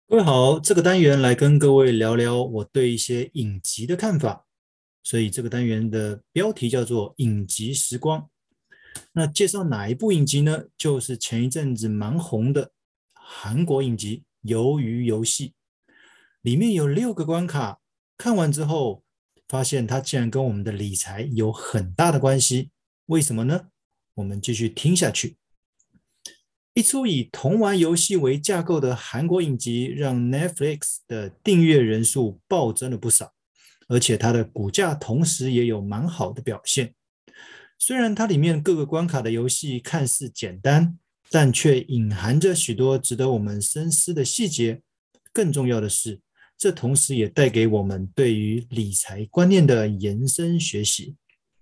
各位好，这个单元来跟各位聊聊我对一些影集的看法。所以这个单元的标题叫做“影集时光”。那介绍哪一部影集呢？就是前一阵子蛮红的韩国影集《鱿鱼游戏》，里面有6个关卡，看完之后发现它竟然跟我们的理财有很大的关系。为什么呢？我们继续听下去。一出以童玩游戏为架构的韩国影集，让 Netflix 的订阅人数暴增了不少，而且它的股价同时也有蛮好的表现。虽然它里面各个关卡的游戏看似简单，但却隐含着许多值得我们深思的细节。更重要的是，这同时也带给我们对于理财观念的延伸学习。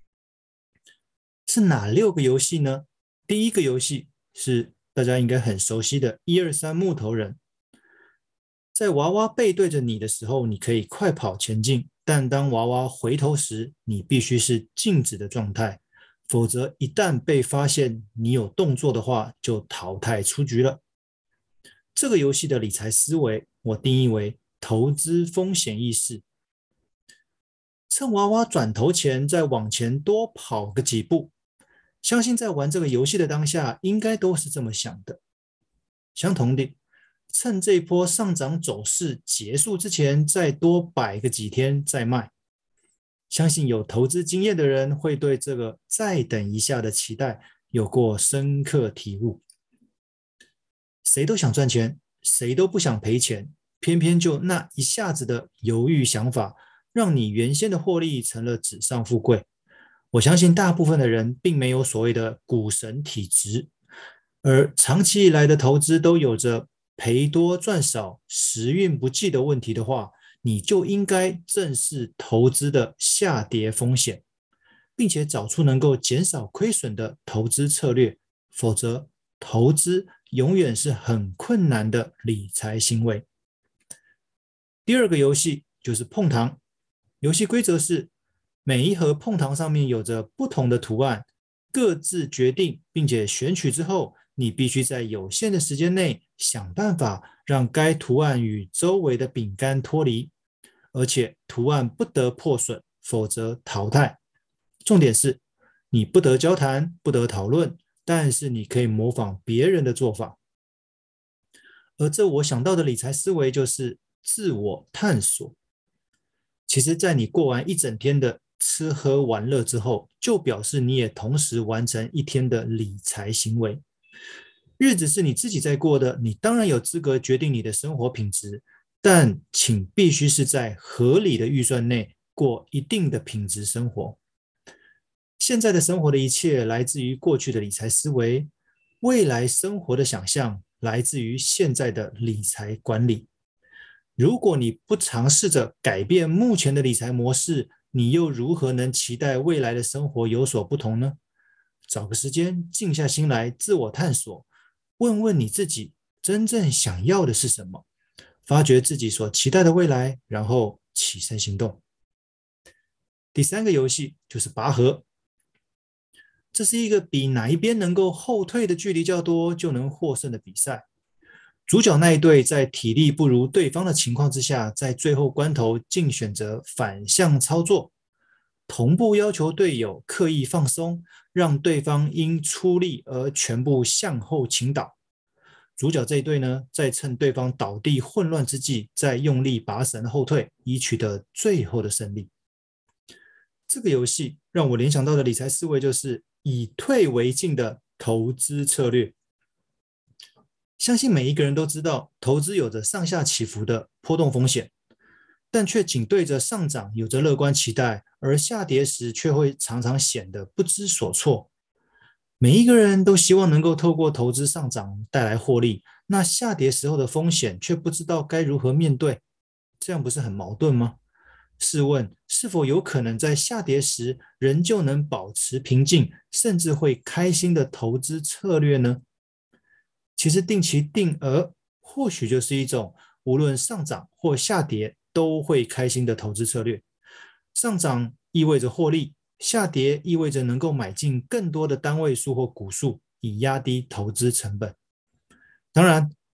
是哪6个游戏呢？第一个游戏是大家应该很熟悉的123木头人。在娃娃背对着你的时候，你可以快跑前进，但当娃娃回头时，你必须是静止的状态，否则一旦被发现你有动作的话，就淘汰出局了。这个游戏的理财思维，我定义为投资风险意识。趁娃娃转头前，再往前多跑个几步，相信在玩这个游戏的当下，应该都是这么想的。相同的，趁这波上涨走势结束之前，再多摆个几天再卖。相信有投资经验的人会对这个再等一下的期待有过深刻体悟。谁都想赚钱，谁都不想赔钱，偏偏就那一下子的犹豫想法，让你原先的获利成了纸上富贵。我相信大部分的人并没有所谓的股神体质，而长期以来的投资都有着赔多赚少、时运不济的问题的话，你就应该正视投资的下跌风险，并且找出能够减少亏损的投资策略，否则投资永远是很困难的理财行为。第二个游戏就是碰糖，游戏规则是每一盒碰糖上面有着不同的图案，各自决定并且选取之后，你必须在有限的时间内想办法让该图案与周围的饼干脱离，而且图案不得破损，否则淘汰。重点是你不得交谈，不得讨论，但是你可以模仿别人的做法。而这我想到的理财思维就是自我探索。其实，在你过完一整天的吃喝玩乐之后，就表示你也同时完成一天的理财行为。日子是你自己在过的，你当然有资格决定你的生活品质，但请必须是在合理的预算内过一定的品质生活。现在的生活的一切来自于过去的理财思维，未来生活的想象来自于现在的理财管理。如果你不尝试着改变目前的理财模式，你又如何能期待未来的生活有所不同呢？找个时间，静下心来自我探索，问问你自己真正想要的是什么，发掘自己所期待的未来，然后起身行动。第三个游戏就是拔河，这是一个比哪一边能够后退的距离较多就能获胜的比赛。主角那一队在体力不如对方的情况之下，在最后关头竟选择反向操作，同步要求队友刻意放松，让对方因出力而全部向后倾倒。主角这一队呢，在趁对方倒地混乱之际，再用力拔绳后退，以取得最后的胜利。这个游戏让我联想到的理财思维就是以退为进的投资策略。相信每一个人都知道，投资有着上下起伏的波动风险，但却仅对着上涨有着乐观期待，而下跌时却会常常显得不知所措。每一个人都希望能够透过投资上涨带来获利，那下跌时候的风险却不知道该如何面对，这样不是很矛盾吗？试问，是否有可能在下跌时仍旧能保持平静，甚至会开心的投资策略呢？其实定期定额或许就是一种无论上涨或下跌都会开心的投资策略。上涨意味着获利，下跌意味着能够买进更多的单位数或股数，以压低投资成本。当然，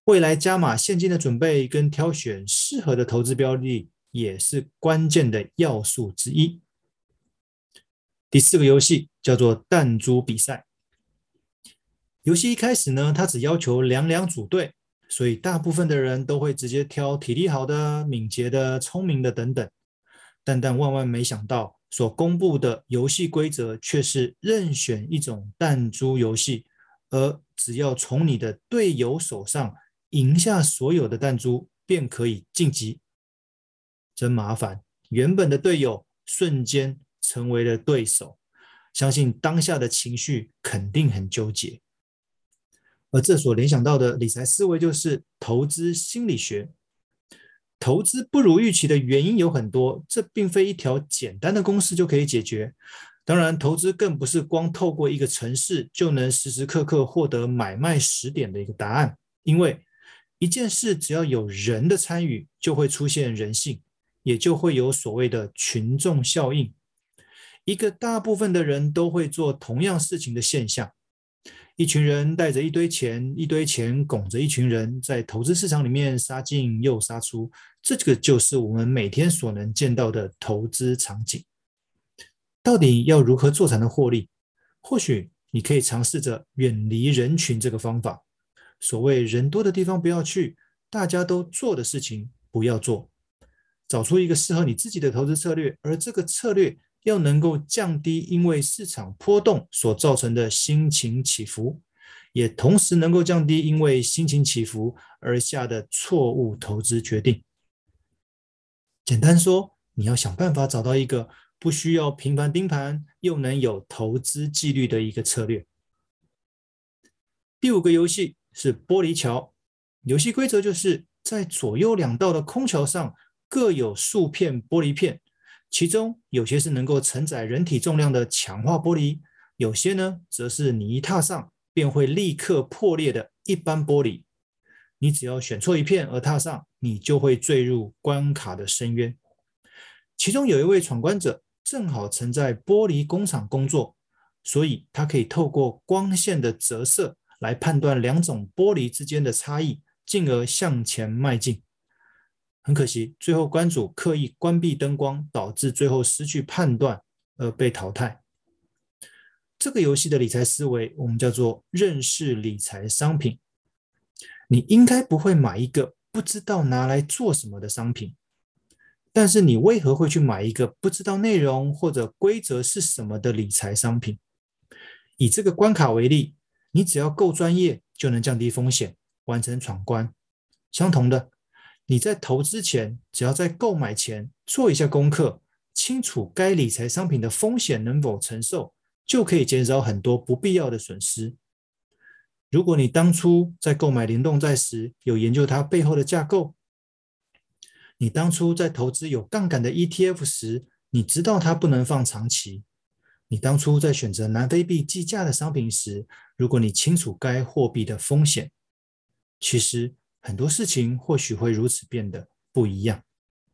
未来加码现金的准备跟挑选适合的投资标的也是关键的要素之一。第4个游戏叫做弹珠比赛。游戏一开始呢，它只要求两两组队，所以大部分的人都会直接挑体力好的、敏捷的、聪明的等等。但万万没想到，所公布的游戏规则却是任选一种弹珠游戏，而只要从你的队友手上赢下所有的弹珠，便可以晋级。真麻烦，原本的队友瞬间成为了对手，相信当下的情绪肯定很纠结。而这所联想到的理财思维就是投资心理学。投资不如预期的原因有很多，这并非一条简单的公式就可以解决。当然，投资更不是光透过一个程式就能时时刻刻获得买卖时点的一个答案，因为一件事只要有人的参与，就会出现人性，也就会有所谓的群众效应，一个大部分的人都会做同样事情的现象。一群人带着一堆钱，一堆钱拱着一群人，在投资市场里面杀进又杀出，这个就是我们每天所能见到的投资场景。到底要如何做才能获利？或许你可以尝试着远离人群这个方法。所谓人多的地方不要去，大家都做的事情不要做。找出一个适合你自己的投资策略，而这个策略要能够降低因为市场波动所造成的心情起伏，也同时能够降低因为心情起伏而下的错误投资决定。简单说，你要想办法找到一个不需要频繁盯盘，又能有投资纪律的一个策略。第5个游戏是玻璃桥，游戏规则就是在左右两道的空桥上各有数片玻璃片，其中有些是能够承载人体重量的强化玻璃，有些呢则是你一踏上便会立刻破裂的一般玻璃。你只要选错一片而踏上，你就会坠入关卡的深渊。其中有一位闯关者正好曾在玻璃工厂工作，所以他可以透过光线的折射来判断两种玻璃之间的差异，进而向前迈进。很可惜，最后关主刻意关闭灯光，导致最后失去判断而被淘汰。这个游戏的理财思维，我们叫做认识理财商品。你应该不会买一个不知道拿来做什么的商品，但是你为何会去买一个不知道内容或者规则是什么的理财商品？以这个关卡为例，你只要够专业，就能降低风险，完成闯关。相同的，你在投资前，只要在购买前做一下功课，清楚该理财商品的风险能否承受，就可以减少很多不必要的损失。如果你当初在购买联动债时有研究它背后的架构，你当初在投资有杠杆的 ETF 时，你知道它不能放长期。你当初在选择南非币计价的商品时，如果你清楚该货币的风险，其实很多事情或许会如此变得不一样。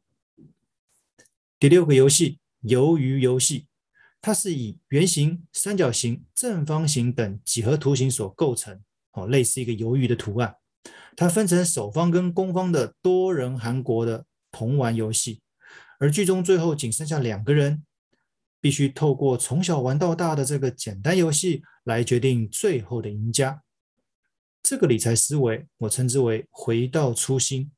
第6个游戏，鱿鱼游戏，它是以圆形、三角形、正方形等几何图形所构成，类似一个鱿鱼的图案。它分成守方跟攻方的多人韩国的同玩游戏，而剧中最后仅剩下2个人，必须透过从小玩到大的这个简单游戏来决定最后的赢家。这个理财思维我称之为回到初心。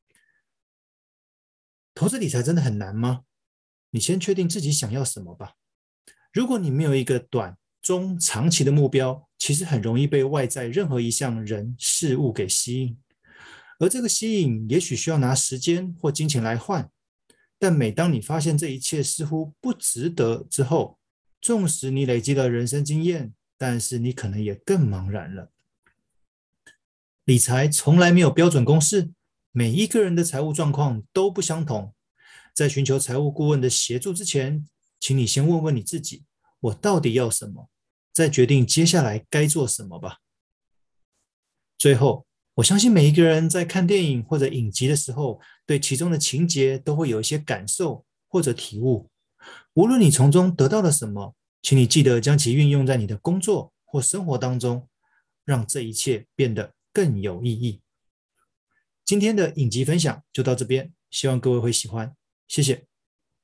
投资理财真的很难吗？你先确定自己想要什么吧。如果你没有一个短、中、长期的目标，其实很容易被外在任何一项人事物给吸引，而这个吸引也许需要拿时间或金钱来换。但每当你发现这一切似乎不值得之后，纵使你累积了人生经验，但是你可能也更茫然了。理财从来没有标准公式，每一个人的财务状况都不相同。在寻求财务顾问的协助之前，请你先问问你自己，我到底要什么，再决定接下来该做什么吧。最后，我相信每一个人在看电影或者影集的时候，对其中的情节都会有一些感受或者体悟。无论你从中得到了什么，请你记得将其运用在你的工作或生活当中，让这一切变得更有意义。 今天的影集分享就到这边，希望各位会喜欢，谢谢。